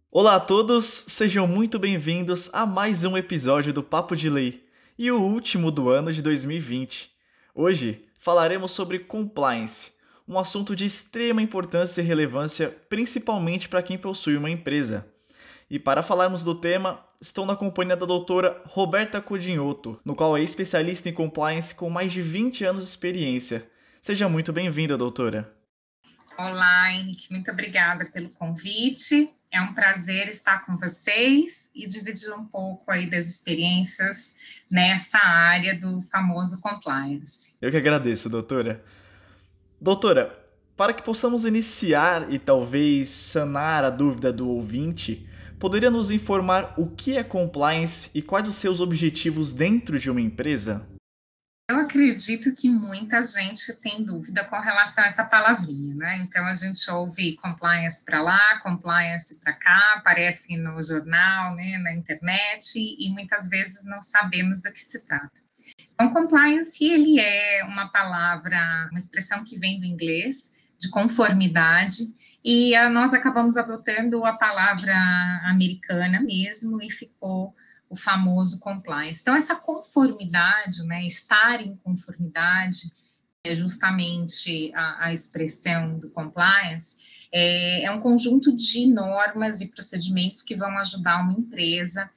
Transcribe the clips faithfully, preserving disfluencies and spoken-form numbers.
Olá a todos, sejam muito bem-vindos a mais um episódio do Papo de Lei e o último do ano de dois mil e vinte. Hoje falaremos sobre compliance, um assunto de extrema importância e relevância, principalmente para quem possui uma empresa. E para falarmos do tema, estou na companhia da doutora Roberta Codinhoto, no qual é especialista em compliance com mais de vinte anos de experiência. Seja muito bem-vinda, doutora. Olá, Henrique, muito obrigada pelo convite. É um prazer estar com vocês e dividir um pouco aí das experiências nessa área do famoso compliance. Eu que agradeço, doutora. Doutora, para que possamos iniciar e talvez sanar a dúvida do ouvinte, poderia nos informar o que é compliance e quais os seus objetivos dentro de uma empresa? Eu acredito que muita gente tem dúvida com relação a essa palavrinha, né? Então a gente ouve compliance para lá, compliance para cá, aparece no jornal, né, na internet, e muitas vezes não sabemos do que se trata. Então, compliance, ele é uma palavra, uma expressão que vem do inglês, de conformidade, e a, nós acabamos adotando a palavra americana mesmo, e ficou o famoso compliance. Então, essa conformidade, né, estar em conformidade, é justamente a, a expressão do compliance, é, é um conjunto de normas e procedimentos que vão ajudar uma empresa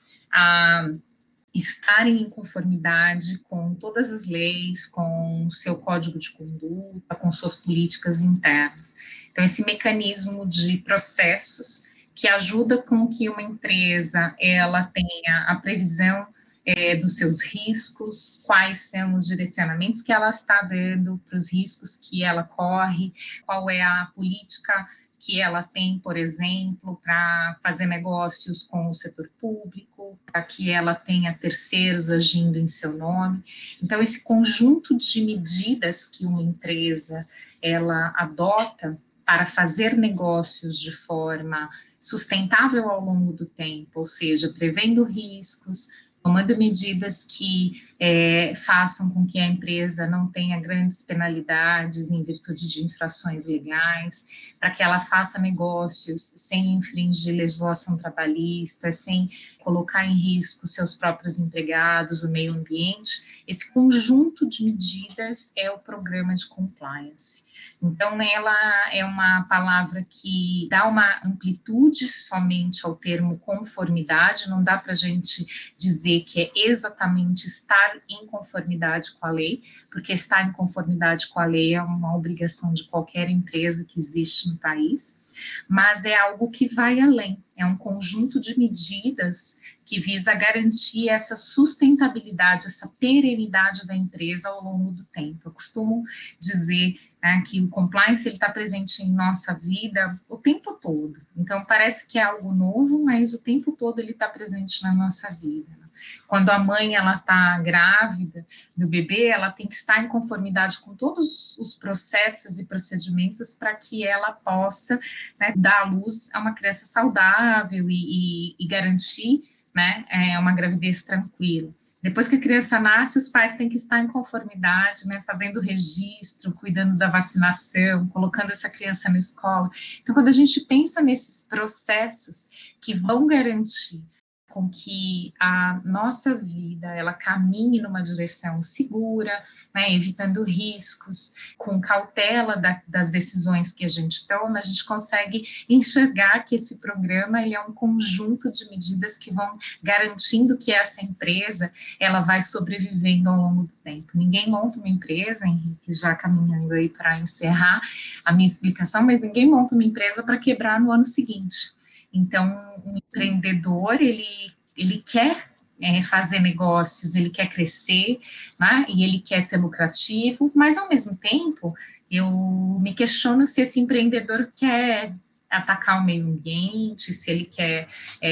a estarem em conformidade com todas as leis, com o seu código de conduta, com suas políticas internas. Então, esse mecanismo de processos que ajuda com que uma empresa ela tenha a previsão é, dos seus riscos, quais são os direcionamentos que ela está dando para os riscos que ela corre, qual é a política que ela tem, por exemplo, para fazer negócios com o setor público, para que ela tenha terceiros agindo em seu nome. Então, esse conjunto de medidas que uma empresa ela adota para fazer negócios de forma sustentável ao longo do tempo, ou seja, prevendo riscos, tomando medidas que é, façam com que a empresa não tenha grandes penalidades em virtude de infrações legais, para que ela faça negócios sem infringir legislação trabalhista, sem colocar em risco seus próprios empregados, o meio ambiente. Esse conjunto de medidas é o programa de compliance. Então, ela é uma palavra que dá uma amplitude somente ao termo conformidade, não dá para a gente dizer que é exatamente estar em conformidade com a lei, porque estar em conformidade com a lei é uma obrigação de qualquer empresa que existe no país, mas é algo que vai além, é um conjunto de medidas que visa garantir essa sustentabilidade, essa perenidade da empresa ao longo do tempo. Eu costumo dizer né, que o compliance está presente em nossa vida o tempo todo, então parece que é algo novo, mas o tempo todo ele está presente na nossa vida. Quando a mãe ela está grávida do bebê, ela tem que estar em conformidade com todos os processos e procedimentos para que ela possa né, dar à luz a uma criança saudável e, e, e garantir né, é, uma gravidez tranquila. Depois que a criança nasce, os pais têm que estar em conformidade, né, fazendo registro, cuidando da vacinação, colocando essa criança na escola. Então, quando a gente pensa nesses processos que vão garantir com que a nossa vida ela caminhe numa direção segura, né, evitando riscos, com cautela da, das decisões que a gente toma, a gente consegue enxergar que esse programa ele é um conjunto de medidas que vão garantindo que essa empresa ela vai sobrevivendo ao longo do tempo. Ninguém monta uma empresa, Henrique, já caminhando aí para encerrar a minha explicação, mas ninguém monta uma empresa para quebrar no ano seguinte. Então, um empreendedor, ele, ele quer é, fazer negócios, ele quer crescer, né, e ele quer ser lucrativo, mas, ao mesmo tempo, eu me questiono se esse empreendedor quer atacar o meio ambiente, se ele quer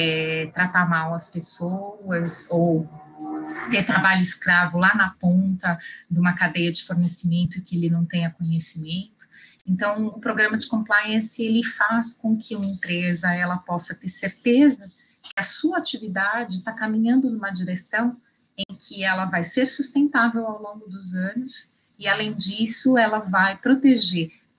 é, tratar mal as pessoas, ou ter trabalho escravo lá na ponta de uma cadeia de fornecimento que ele não tenha conhecimento. Então, o programa de compliance, ele faz com que uma empresa, ela possa ter certeza que a sua atividade está caminhando numa direção em que ela vai ser sustentável ao longo dos anos e, além disso, ela vai proteger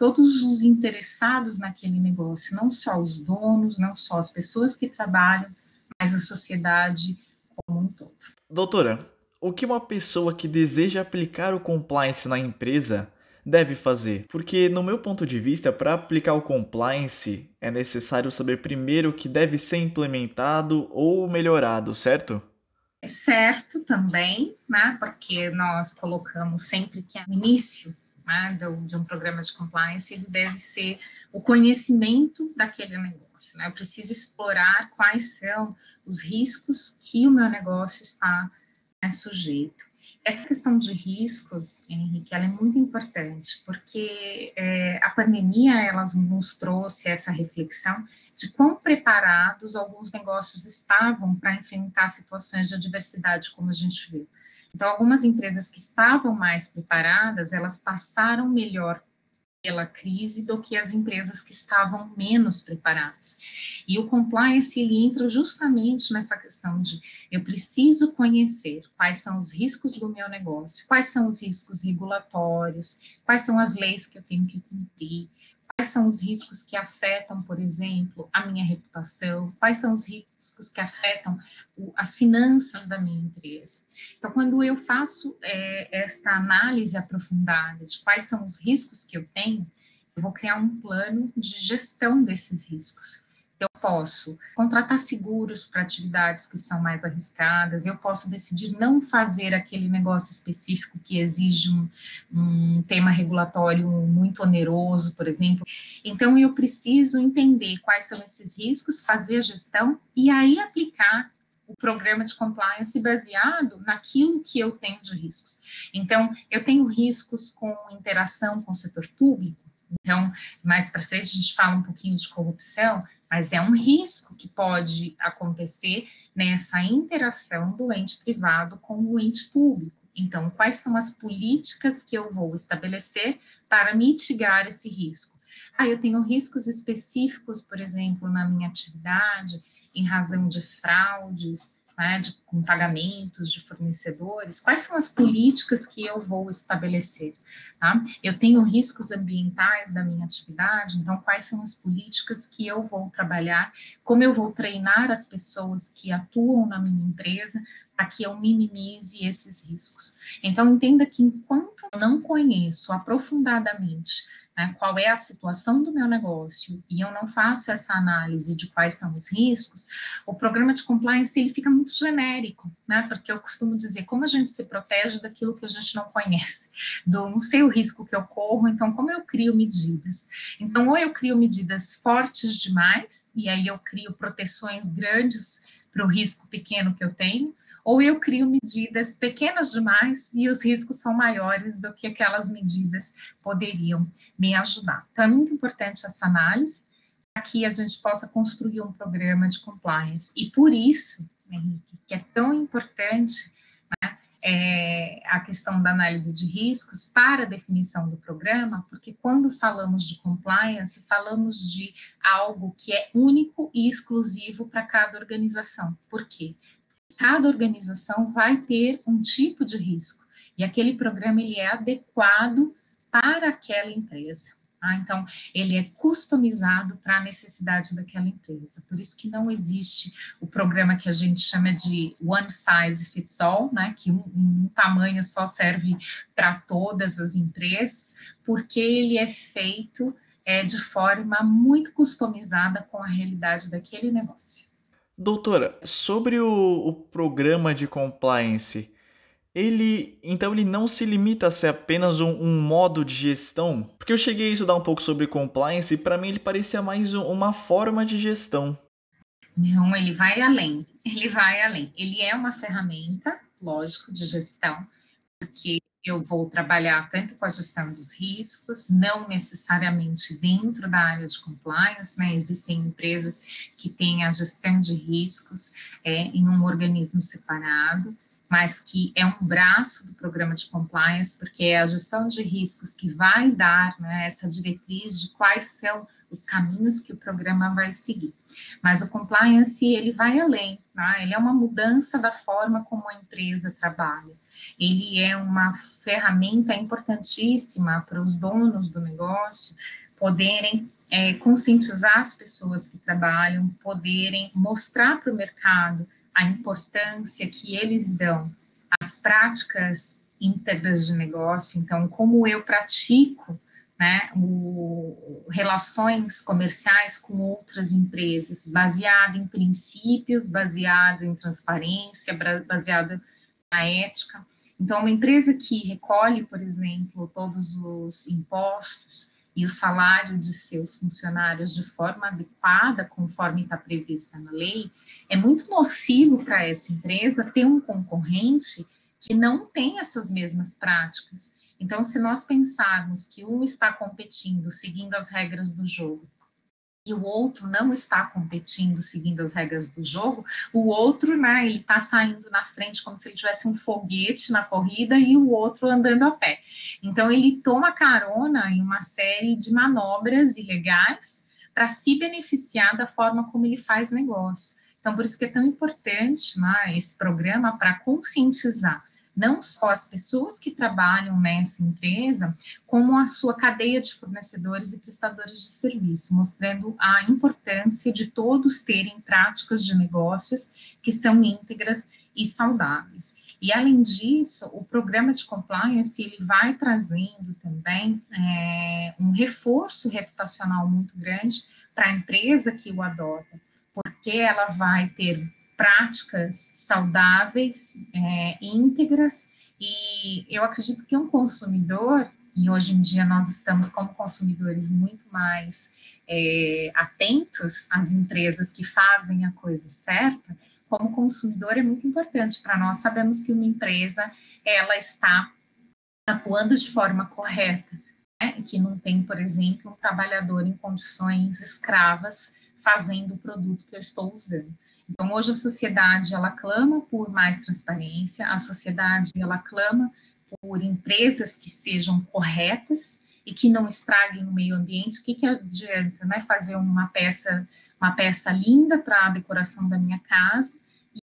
todos os interessados naquele negócio, não só os donos, não só as pessoas que trabalham, mas a sociedade como um todo. Doutora, o que uma pessoa que deseja aplicar o compliance na empresa deve fazer? Porque, no meu ponto de vista, para aplicar o compliance, é necessário saber primeiro o que deve ser implementado ou melhorado, certo? É certo também, né, porque nós colocamos sempre que no início, né, de um programa de compliance, ele deve ser o conhecimento daquele negócio, né, eu preciso explorar quais são os riscos que o meu negócio está, né, sujeito. Essa questão de riscos, Henrique, ela é muito importante, porque é, a pandemia, ela nos trouxe essa reflexão de quão preparados alguns negócios estavam para enfrentar situações de adversidade, como a gente viu. Então, algumas empresas que estavam mais preparadas, elas passaram melhor pela crise do que as empresas que estavam menos preparadas. E o compliance, ele entra justamente nessa questão de eu preciso conhecer quais são os riscos do meu negócio, quais são os riscos regulatórios, quais são as leis que eu tenho que cumprir, quais são os riscos que afetam, por exemplo, a minha reputação, quais são os riscos que afetam o, as finanças da minha empresa. Então, quando eu faço é, esta análise aprofundada de quais são os riscos que eu tenho, eu vou criar um plano de gestão desses riscos. Eu posso contratar seguros para atividades que são mais arriscadas, eu posso decidir não fazer aquele negócio específico que exige um, um tema regulatório muito oneroso, por exemplo. Então, eu preciso entender quais são esses riscos, fazer a gestão e aí aplicar o programa de compliance baseado naquilo que eu tenho de riscos. Então, eu tenho riscos com interação com o setor público, então, mais para frente a gente fala um pouquinho de corrupção, mas é um risco que pode acontecer nessa interação do ente privado com o ente público. Então, quais são as políticas que eu vou estabelecer para mitigar esse risco? Ah, eu tenho riscos específicos, por exemplo, na minha atividade, em razão de fraudes, né, de, com pagamentos de fornecedores, quais são as políticas que eu vou estabelecer? Tá? Eu tenho riscos ambientais da minha atividade, então quais são as políticas que eu vou trabalhar, como eu vou treinar as pessoas que atuam na minha empresa para que eu minimize esses riscos. Então, entenda que enquanto eu não conheço aprofundadamente, né, qual é a situação do meu negócio e eu não faço essa análise de quais são os riscos, o programa de compliance ele fica muito genérico, né, porque eu costumo dizer como a gente se protege daquilo que a gente não conhece, do não sei o risco que eu corro, então como eu crio medidas. Então, ou eu crio medidas fortes demais, e aí eu crio proteções grandes para o risco pequeno que eu tenho, ou eu crio medidas pequenas demais e os riscos são maiores do que aquelas medidas poderiam me ajudar. Então, é muito importante essa análise para que a gente possa construir um programa de compliance. E por isso, Henrique, que é tão importante, né, é, a questão da análise de riscos para a definição do programa, porque quando falamos de compliance, falamos de algo que é único e exclusivo para cada organização. Por quê? Cada organização vai ter um tipo de risco, e aquele programa ele é adequado para aquela empresa. Tá? Então, ele é customizado para a necessidade daquela empresa. Por isso que não existe o programa que a gente chama de one size fits all, né? Que um, um tamanho só serve para todas as empresas, porque ele é feito é, de forma muito customizada com a realidade daquele negócio. Doutora, sobre o, o programa de compliance, ele então ele não se limita a ser apenas um, um modo de gestão? Porque eu cheguei a estudar um pouco sobre compliance e para mim ele parecia mais um- uma forma de gestão. Não, ele vai além, ele vai além. Ele é uma ferramenta, lógico, de gestão, porque eu vou trabalhar tanto com a gestão dos riscos, não necessariamente dentro da área de compliance, né? Existem empresas que têm a gestão de riscos é, em um organismo separado, mas que é um braço do programa de compliance, porque é a gestão de riscos que vai dar, né, essa diretriz de quais são os caminhos que o programa vai seguir. Mas o compliance, ele vai além, tá? Ele é uma mudança da forma como a empresa trabalha. ele é uma ferramenta importantíssima para os donos do negócio poderem é, conscientizar as pessoas que trabalham, poderem mostrar para o mercado a importância que eles dão às práticas íntegras de negócio. Então, como eu pratico, né, o, relações comerciais com outras empresas, baseado em princípios, baseado em transparência, baseado na ética. Então, uma empresa que recolhe, por exemplo, todos os impostos e o salário de seus funcionários de forma adequada, conforme está prevista na lei, é muito nocivo para essa empresa ter um concorrente que não tem essas mesmas práticas. Então, se nós pensarmos que um está competindo seguindo as regras do jogo e o outro não está competindo seguindo as regras do jogo, o outro, né, ele está saindo na frente como se ele tivesse um foguete na corrida e o outro andando a pé. Então, ele toma carona em uma série de manobras ilegais para se beneficiar da forma como ele faz negócio. Então, por isso que é tão importante, né, esse programa para conscientizar não só as pessoas que trabalham nessa empresa, como a sua cadeia de fornecedores e prestadores de serviço, mostrando a importância de todos terem práticas de negócios que são íntegras e saudáveis. E, além disso, o programa de compliance, ele vai trazendo também é, um reforço reputacional muito grande para a empresa que o adota, porque ela vai ter práticas saudáveis, é, íntegras, e eu acredito que um consumidor, e hoje em dia nós estamos como consumidores muito mais é, atentos às empresas que fazem a coisa certa, como consumidor é muito importante para nós. Sabemos que uma empresa, ela está atuando de forma correta, né, e que não tem, por exemplo, um trabalhador em condições escravas fazendo o produto que eu estou usando. Então, hoje a sociedade, ela clama por mais transparência, a sociedade, ela clama por empresas que sejam corretas e que não estraguem o meio ambiente. O que, que adianta, né, fazer uma peça, uma peça linda para a decoração da minha casa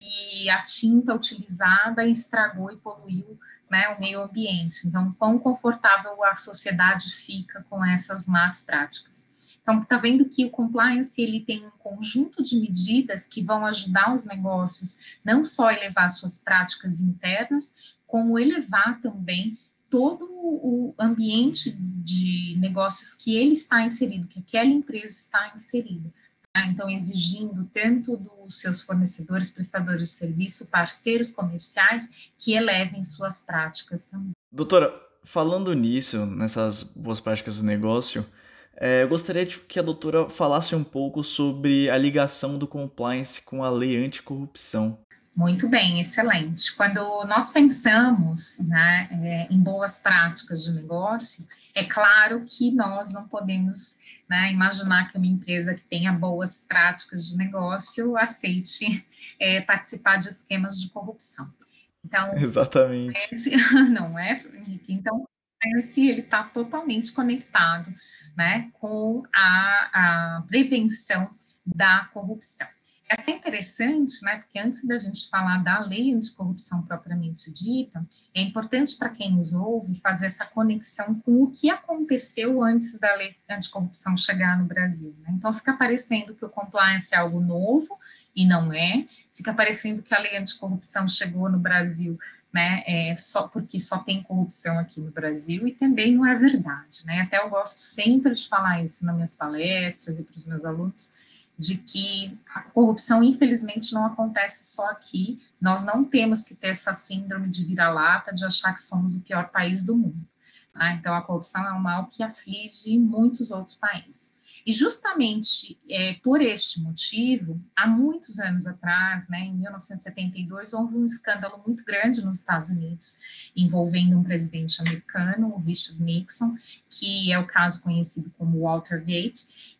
e a tinta utilizada estragou e poluiu, né, o meio ambiente. Então, quão confortável a sociedade fica com essas más práticas. Então, está vendo que o compliance, ele tem um conjunto de medidas que vão ajudar os negócios não só a elevar suas práticas internas, como elevar também todo o ambiente de negócios que ele está inserido, que aquela empresa está inserida. Tá? Então, exigindo tanto dos seus fornecedores, prestadores de serviço, parceiros comerciais, que elevem suas práticas também. Doutora, falando nisso, nessas boas práticas do negócio, É, eu gostaria de que a doutora falasse um pouco sobre a ligação do compliance com a lei anticorrupção. Muito bem, excelente. Quando nós pensamos, né, é, em boas práticas de negócio, é claro que nós não podemos, né, imaginar que uma empresa que tenha boas práticas de negócio aceite é, participar de esquemas de corrupção. Então, Exatamente. esse, não é, Henrique? Então, esse ele está totalmente conectado, né, com a, a prevenção da corrupção. É até interessante, né, porque antes da gente falar da lei anticorrupção propriamente dita, é importante para quem nos ouve fazer essa conexão com o que aconteceu antes da lei anticorrupção chegar no Brasil. Né? Então, fica parecendo que o compliance é algo novo, e não é. Fica parecendo que a lei anticorrupção chegou no Brasil, né, é, só porque só tem corrupção aqui no Brasil, e também não é verdade, né, até eu gosto sempre de falar isso nas minhas palestras e para os meus alunos, de que a corrupção, infelizmente, não acontece só aqui, nós não temos que ter essa síndrome de vira-lata, de achar que somos o pior país do mundo, tá? Então, a corrupção é um mal que aflige muitos outros países. E justamente é, por este motivo, há muitos anos atrás, né, em mil novecentos e setenta e dois, houve um escândalo muito grande nos Estados Unidos, envolvendo um presidente americano, o Richard Nixon, que é o caso conhecido como Watergate,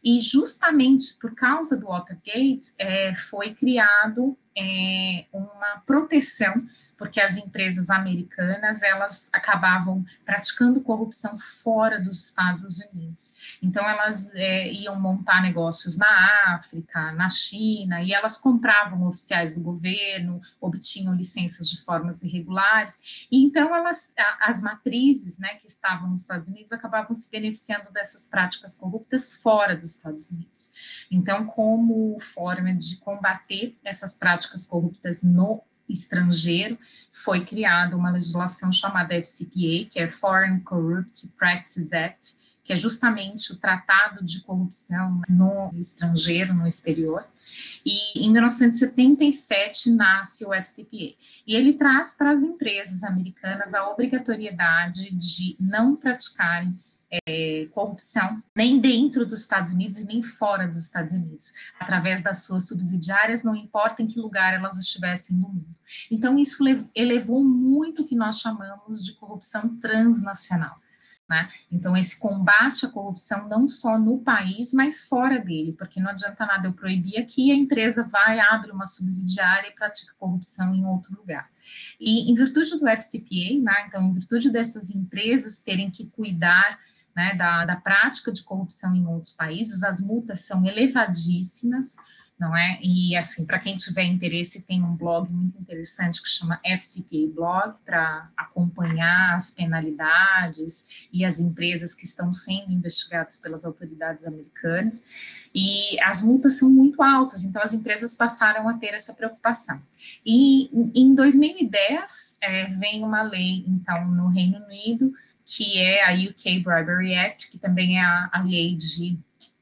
E justamente por causa do Watergate, é, foi criado é, uma proteção, porque as empresas americanas, elas acabavam praticando corrupção fora dos Estados Unidos. Então, elas é, iam montar negócios na África, na China, e elas compravam oficiais do governo, obtinham licenças de formas irregulares, e então elas, as matrizes, né, que estavam nos Estados Unidos, acabavam se beneficiando dessas práticas corruptas fora dos Estados Unidos. Então, como forma de combater essas práticas corruptas no estrangeiro, foi criada uma legislação chamada F C P A, que é Foreign Corrupt Practices Act, que é justamente o tratado de corrupção no estrangeiro, no exterior. E em mil novecentos e setenta e sete nasce o F C P A. E ele traz para as empresas americanas a obrigatoriedade de não praticarem É, corrupção, nem dentro dos Estados Unidos e nem fora dos Estados Unidos, através das suas subsidiárias, não importa em que lugar elas estivessem no mundo. Então, isso elevou muito o que nós chamamos de corrupção transnacional. Né? Então, esse combate à corrupção não só no país, mas fora dele, porque não adianta nada eu proibir aqui, a empresa vai, abre uma subsidiária e pratica corrupção em outro lugar. E em virtude do F C P A, né, então, em virtude dessas empresas terem que cuidar né, da, da prática de corrupção em outros países, as multas são elevadíssimas, não é? E, assim, para quem tiver interesse, tem um blog muito interessante que chama F C P A Blog, para acompanhar as penalidades e as empresas que estão sendo investigadas pelas autoridades americanas, e as multas são muito altas, então as empresas passaram a ter essa preocupação. E em dois mil e dez, é, vem uma lei, então, no Reino Unido, que é a U K Bribery Act, que também é a, a lei de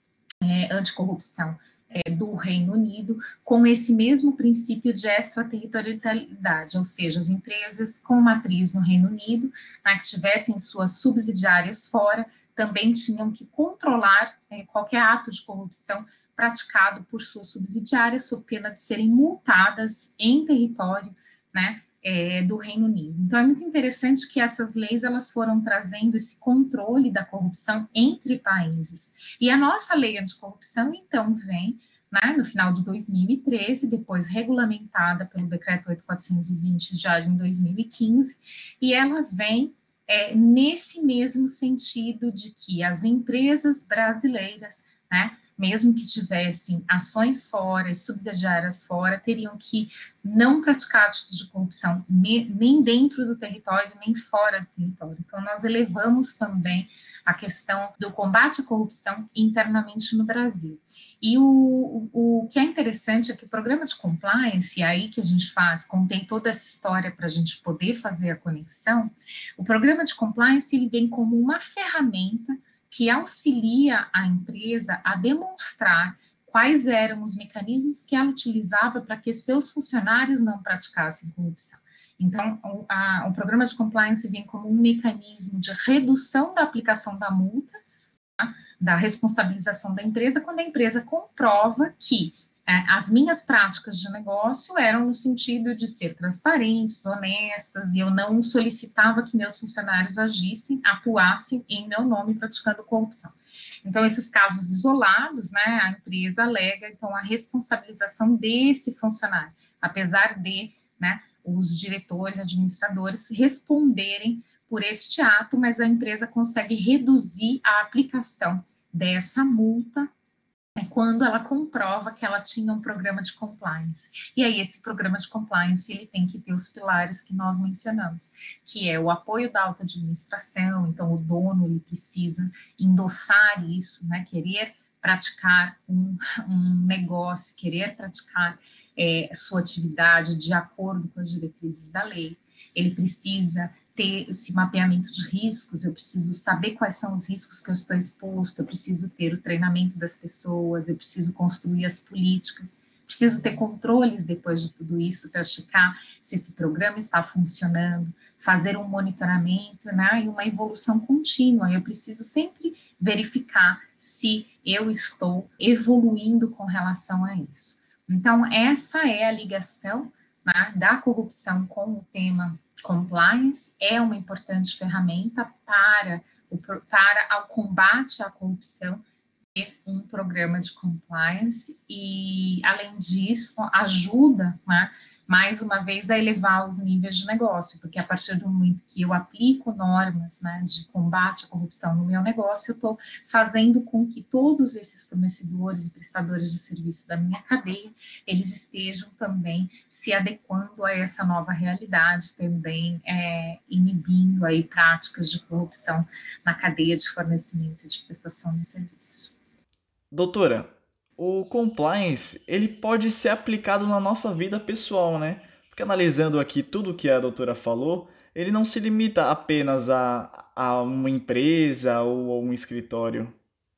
é, anticorrupção é, do Reino Unido, com esse mesmo princípio de extraterritorialidade, ou seja, as empresas com matriz no Reino Unido, né, que tivessem suas subsidiárias fora, também tinham que controlar é, qualquer ato de corrupção praticado por suas subsidiárias, sob pena de serem multadas em território, né, É, do Reino Unido. Então, é muito interessante que essas leis, elas foram trazendo esse controle da corrupção entre países. E a nossa lei anticorrupção, então, vem, né, no final de dois mil e treze, depois regulamentada pelo Decreto oito mil quatrocentos e vinte, já em dois mil e quinze, e ela vem é, nesse mesmo sentido de que as empresas brasileiras, né, mesmo que tivessem ações fora, subsidiárias fora, teriam que não praticar atos de corrupção nem dentro do território, nem fora do território. Então, nós elevamos também a questão do combate à corrupção internamente no Brasil. E o, o, o que é interessante é que o programa de compliance, aí que a gente faz, contém toda essa história para a gente poder fazer a conexão, o programa de compliance, ele vem como uma ferramenta que auxilia a empresa a demonstrar quais eram os mecanismos que ela utilizava para que seus funcionários não praticassem corrupção. Então, o, a, o programa de compliance vem como um mecanismo de redução da aplicação da multa, tá? Da responsabilização da empresa, quando a empresa comprova que é, as minhas práticas de negócio eram no sentido de ser transparentes, honestas, e eu não solicitava que meus funcionários agissem, atuassem em meu nome praticando corrupção. Então, esses casos isolados, né, a empresa alega, então, a responsabilização desse funcionário, apesar de, né, os diretores, administradores responderem por este ato, mas a empresa consegue reduzir a aplicação dessa multa quando ela comprova que ela tinha um programa de compliance. E aí esse programa de compliance, ele tem que ter os pilares que nós mencionamos, que é o apoio da alta administração, então o dono, ele precisa endossar isso, né, querer praticar um, um negócio, querer praticar é, sua atividade de acordo com as diretrizes da lei, ele precisa ter esse mapeamento de riscos, eu preciso saber quais são os riscos que eu estou exposto, eu preciso ter o treinamento das pessoas, eu preciso construir as políticas, preciso ter controles depois de tudo isso para checar se esse programa está funcionando, fazer um monitoramento, né, e uma evolução contínua, eu preciso sempre verificar se eu estou evoluindo com relação a isso. Então, essa é a ligação, né, da corrupção com o tema compliance, é uma importante ferramenta para o, para o combate à corrupção um programa de compliance e, além disso, ajuda, né, mais uma vez, a elevar os níveis de negócio, porque a partir do momento que eu aplico normas, né, de combate à corrupção no meu negócio, eu estou fazendo com que todos esses fornecedores e prestadores de serviço da minha cadeia, eles estejam também se adequando a essa nova realidade, também é, inibindo aí práticas de corrupção na cadeia de fornecimento e de prestação de serviço. Doutora, o compliance, ele pode ser aplicado na nossa vida pessoal, né? Porque analisando aqui tudo que a doutora falou, ele não se limita apenas a, a uma empresa ou a um escritório.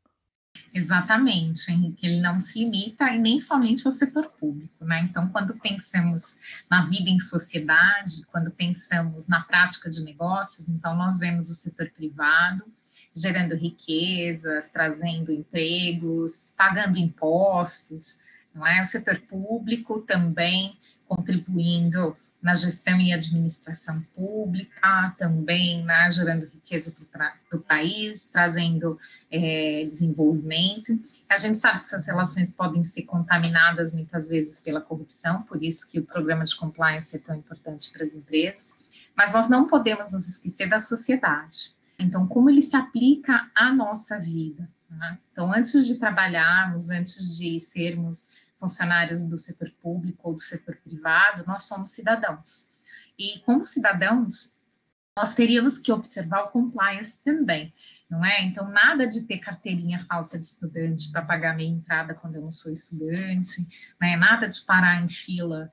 Exatamente, Henrique, ele não se limita e nem somente ao setor público, né? Então, quando pensamos na vida em sociedade, quando pensamos na prática de negócios, então nós vemos o setor privado gerando riquezas, trazendo empregos, pagando impostos, não é? O setor público também contribuindo na gestão e administração pública, também né, gerando riqueza para o país, trazendo é, desenvolvimento. A gente sabe que essas relações podem ser contaminadas muitas vezes pela corrupção, por isso que o programa de compliance é tão importante para as empresas, mas nós não podemos nos esquecer da sociedade. Então, como ele se aplica à nossa vida? Né? Então, antes de trabalharmos, antes de sermos funcionários do setor público ou do setor privado, nós somos cidadãos. E como cidadãos, nós teríamos que observar o compliance também, não é? Então, nada de ter carteirinha falsa de estudante para pagar minha entrada quando eu não sou estudante, né? Nada de parar em fila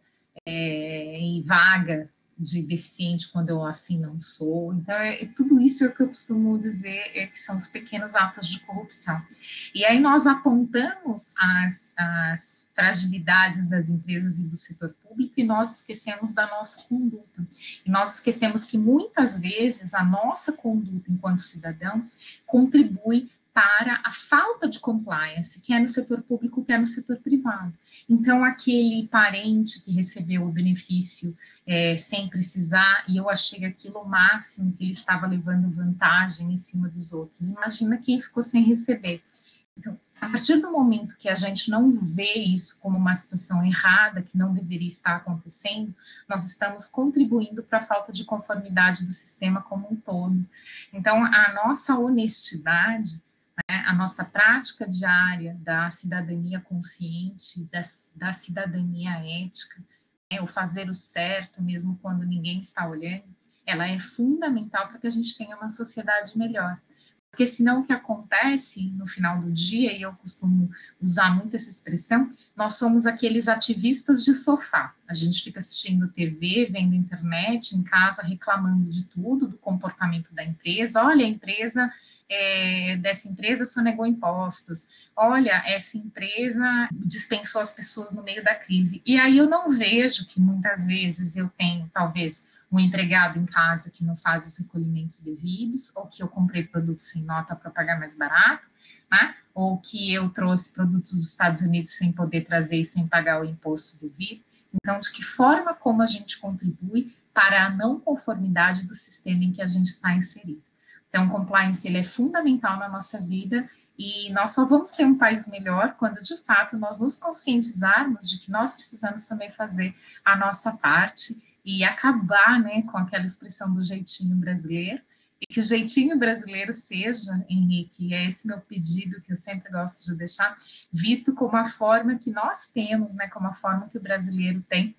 é, em vaga de deficiente quando eu assim não sou. Então, é, é, tudo isso é o que eu costumo dizer é, que são os pequenos atos de corrupção. E aí nós apontamos as, as fragilidades das empresas e do setor público e nós esquecemos da nossa conduta. E nós esquecemos que muitas vezes a nossa conduta enquanto cidadão contribui para a falta de compliance, que é no setor público, que é no setor privado. Então, aquele parente que recebeu o benefício é, sem precisar, e eu achei aquilo o máximo, que ele estava levando vantagem em cima dos outros. Imagina quem ficou sem receber. Então, a partir do momento que a gente não vê isso como uma situação errada, que não deveria estar acontecendo, nós estamos contribuindo para a falta de conformidade do sistema como um todo. Então, a nossa honestidade, né, a nossa prática diária da cidadania consciente, da, da cidadania ética, né, o fazer o certo mesmo quando ninguém está olhando, ela é fundamental para que a gente tenha uma sociedade melhor. Porque senão o que acontece no final do dia, e eu costumo usar muito essa expressão, nós somos aqueles ativistas de sofá. A gente fica assistindo T V, vendo internet, em casa, reclamando de tudo, do comportamento da empresa. Olha, a empresa, é, dessa empresa sonegou impostos. Olha, essa empresa dispensou as pessoas no meio da crise. E aí eu não vejo que muitas vezes eu tenho, talvez, um empregado em casa que não faz os recolhimentos devidos, ou que eu comprei produtos sem nota para pagar mais barato, né? Ou que eu trouxe produtos dos Estados Unidos sem poder trazer e sem pagar o imposto devido. Então, de que forma como a gente contribui para a não conformidade do sistema em que a gente está inserido. Então, o compliance ele é fundamental na nossa vida e nós só vamos ter um país melhor quando, de fato, nós nos conscientizarmos de que nós precisamos também fazer a nossa parte e acabar, né, com aquela expressão do jeitinho brasileiro, e que o jeitinho brasileiro seja, Henrique, e é esse meu pedido que eu sempre gosto de deixar, visto como a forma que nós temos, né, como a forma que o brasileiro tem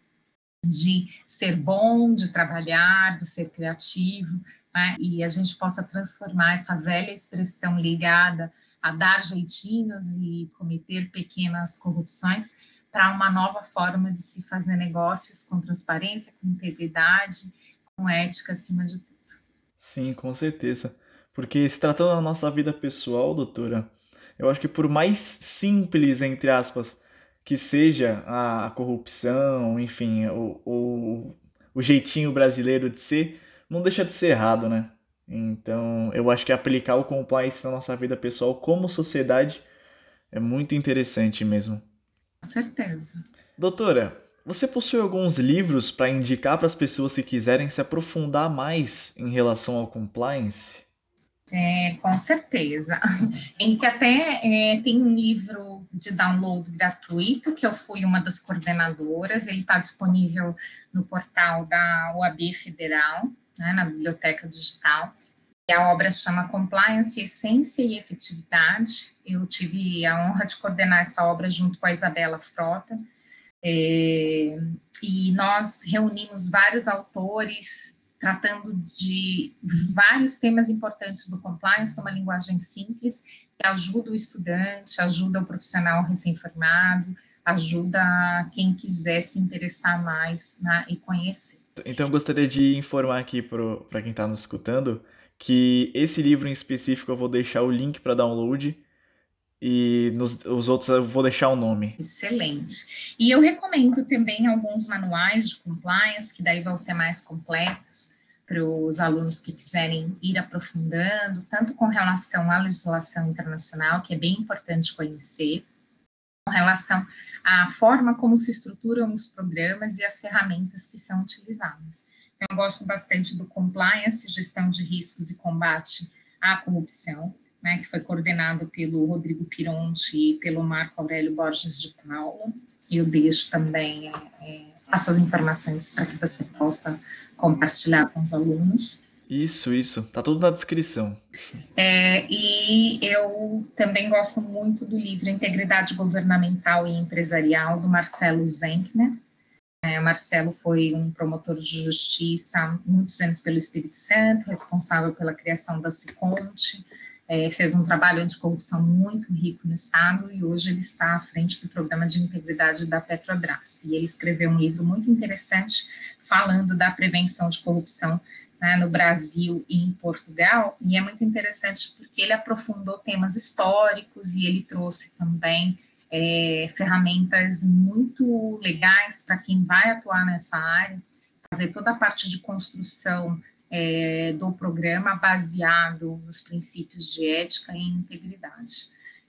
de ser bom, de trabalhar, de ser criativo, né, e a gente possa transformar essa velha expressão ligada a dar jeitinhos e cometer pequenas corrupções para uma nova forma de se fazer negócios com transparência, com integridade, com ética acima de tudo. Sim, com certeza. Porque se tratando da nossa vida pessoal, doutora, eu acho que por mais simples, entre aspas, que seja a, a corrupção, enfim, o, o, o jeitinho brasileiro de ser, não deixa de ser errado, né? Então, eu acho que aplicar o compliance na nossa vida pessoal como sociedade é muito interessante mesmo. Com certeza. Doutora, você possui alguns livros para indicar para as pessoas que quiserem se aprofundar mais em relação ao compliance? É, com certeza. Em que até é, tem um livro de download gratuito, que eu fui uma das coordenadoras, ele está disponível no portal da O A B Federal, né, na Biblioteca Digital, e a obra chama Compliance, Essência e Efetividade. Eu tive a honra de coordenar essa obra junto com a Isabela Frota, é, e nós reunimos vários autores tratando de vários temas importantes do compliance numa linguagem simples, que ajuda o estudante, ajuda o profissional recém-formado, ajuda quem quiser se interessar mais, né, e conhecer. Então, eu gostaria de informar aqui para quem está nos escutando que esse livro em específico eu vou deixar o link para download e nos os outros eu vou deixar o nome. Excelente. E eu recomendo também alguns manuais de compliance, que daí vão ser mais completos para os alunos que quiserem ir aprofundando, tanto com relação à legislação internacional, que é bem importante conhecer, com relação à forma como se estruturam os programas e as ferramentas que são utilizadas. Então, eu gosto bastante do Compliance, Gestão de Riscos e Combate à Corrupção, né, que foi coordenado pelo Rodrigo Pironti e pelo Marco Aurélio Borges de Paula. Eu deixo também, é, faço as informações para que você possa compartilhar com os alunos. Isso, isso. Tá tudo na descrição. É, e eu também gosto muito do livro Integridade Governamental e Empresarial, do Marcelo Zenkner. É, Marcelo foi um promotor de justiça há muitos anos pelo Espírito Santo, responsável pela criação da Seconte, é, fez um trabalho anticorrupção muito rico no Estado e hoje ele está à frente do programa de integridade da Petrobras. E ele escreveu um livro muito interessante falando da prevenção de corrupção, né, no Brasil e em Portugal, e é muito interessante porque ele aprofundou temas históricos e ele trouxe também é, ferramentas muito legais para quem vai atuar nessa área, fazer toda a parte de construção É, do programa baseado nos princípios de ética e integridade.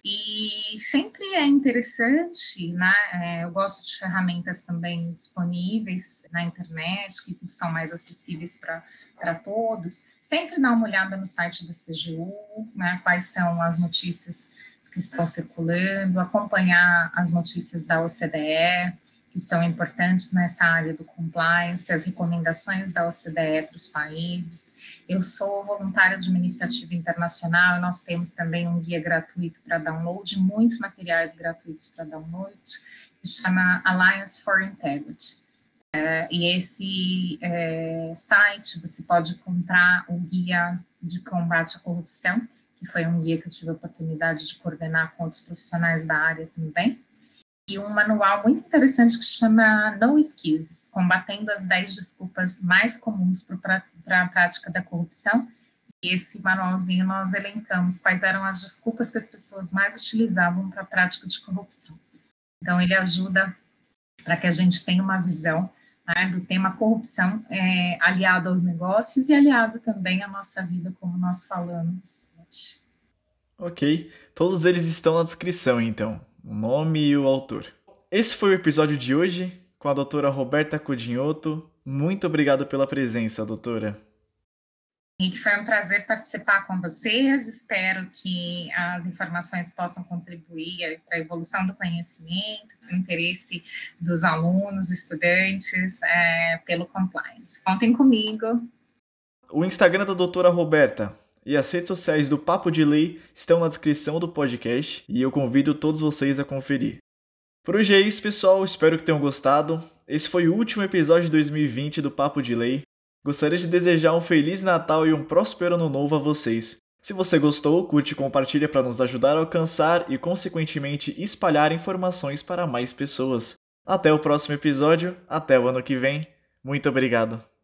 E sempre é interessante, né? É, eu gosto de ferramentas também disponíveis na internet, que são mais acessíveis para todos. Sempre dar uma olhada no site da C G U, né? Quais são as notícias que estão circulando, acompanhar as notícias da O C D E, que são importantes nessa área do compliance, as recomendações da O C D E para os países. Eu sou voluntária de uma iniciativa internacional e nós temos também um guia gratuito para download, muitos materiais gratuitos para download, que chama Alliance for Integrity. É, e esse é, site você pode encontrar o guia de combate à corrupção, que foi um guia que eu tive a oportunidade de coordenar com outros profissionais da área também, e um manual muito interessante que chama No Excuses, combatendo as dez desculpas mais comuns para a prática da corrupção. E esse manualzinho nós elencamos quais eram as desculpas que as pessoas mais utilizavam para a prática de corrupção. Então, ele ajuda para que a gente tenha uma visão, né, do tema corrupção é, aliado aos negócios e aliado também à nossa vida, como nós falamos hoje. Ok, todos eles estão na descrição, então. O nome e o autor. Esse foi o episódio de hoje com a doutora Roberta Cudinhoto. Muito obrigado pela presença, doutora. E foi um prazer participar com vocês. Espero que as informações possam contribuir para a evolução do conhecimento, para o interesse dos alunos, estudantes, é, pelo compliance. Contem comigo. O Instagram da doutora Roberta e as redes sociais do Papo de Lei estão na descrição do podcast e eu convido todos vocês a conferir. Por hoje é isso, pessoal. Espero que tenham gostado. Esse foi o último episódio de dois mil e vinte do Papo de Lei. Gostaria de desejar um Feliz Natal e um próspero Ano Novo a vocês. Se você gostou, curte e compartilha para nos ajudar a alcançar e, consequentemente, espalhar informações para mais pessoas. Até o próximo episódio. Até o ano que vem. Muito obrigado.